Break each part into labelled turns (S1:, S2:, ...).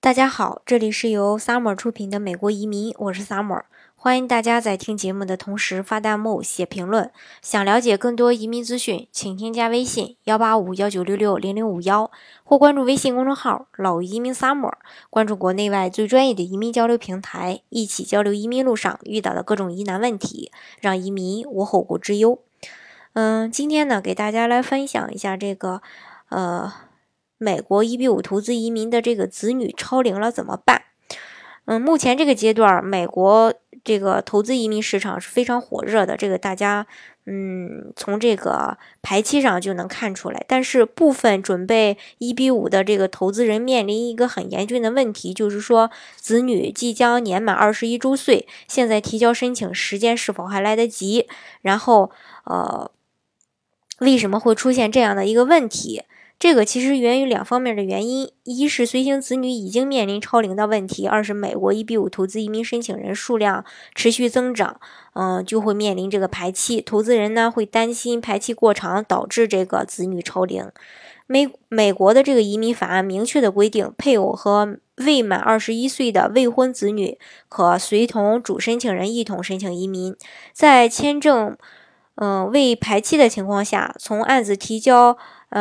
S1: 大家好，这里是由 Summer 出品的美国移民，我是 Summer， 欢迎大家在听节目的同时发弹幕、写评论。想了解更多移民资讯，请添加微信18519660051或关注微信公众号老移民 Summer， 关注国内外最专业的移民交流平台，一起交流移民路上遇到的各种疑难问题，让移民无后顾之忧。今天呢，给大家来分享一下这个美国1:5投资移民的这个子女超龄了怎么办？目前这个阶段，美国这个投资移民市场是非常火热的，这个大家从这个排期上就能看出来。但是部分准备1:5的这个投资人面临一个很严峻的问题，就是说子女即将年满21周岁，现在提交申请时间是否还来得及？然后为什么会出现这样的一个问题？这个其实源于两方面的原因，一是随行子女已经面临超龄的问题，二是美国1:5投资移民申请人数量持续增长，就会面临这个排期，投资人呢会担心排期过长导致这个子女超龄。美国的这个移民法案明确的规定，配偶和未满21岁的未婚子女可随同主申请人一同申请移民，在签证未排期的情况下，从案子提交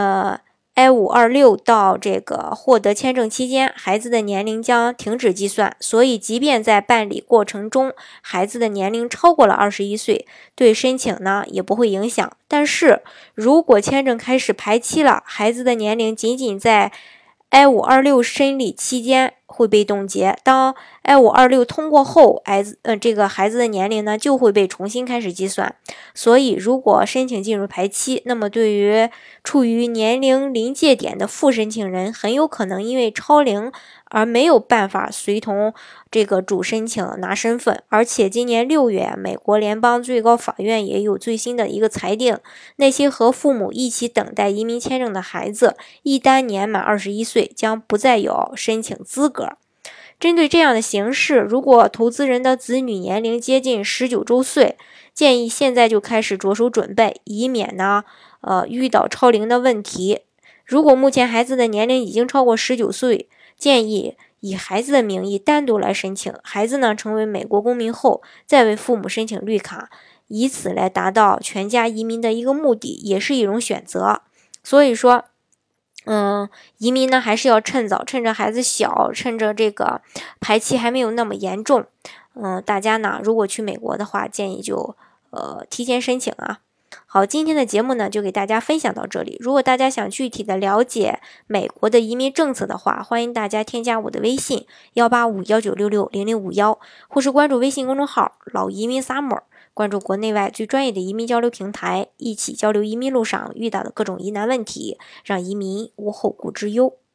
S1: I-526到这个获得签证期间，孩子的年龄将停止计算，所以即便在办理过程中孩子的年龄超过了21岁，对申请呢也不会影响。但是如果签证开始排期了，孩子的年龄仅仅在I-526审理期间会被冻结，当I-526通过后，这个孩子的年龄呢就会被重新开始计算。所以如果申请进入排期，那么对于处于年龄临界点的副申请人，很有可能因为超龄而没有办法随同这个主申请拿身份。而且今年6月，美国联邦最高法院也有最新的一个裁定，那些和父母一起等待移民签证的孩子，一旦年满21岁，将不再有申请资格。针对这样的形势，如果投资人的子女年龄接近19周岁，建议现在就开始着手准备，以免呢遇到超龄的问题。如果目前孩子的年龄已经超过19岁，建议以孩子的名义单独来申请，孩子呢成为美国公民后，再为父母申请绿卡，以此来达到全家移民的一个目的，也是一种选择。所以说移民呢还是要趁早，趁着孩子小，趁着这个排期还没有那么严重。大家呢如果去美国的话，建议就提前申请啊。好，今天的节目呢就给大家分享到这里。如果大家想具体的了解美国的移民政策的话，欢迎大家添加我的微信18519660051，或是关注微信公众号老移民 Summer， 关注国内外最专业的移民交流平台，一起交流移民路上遇到的各种疑难问题，让移民无后顾之忧。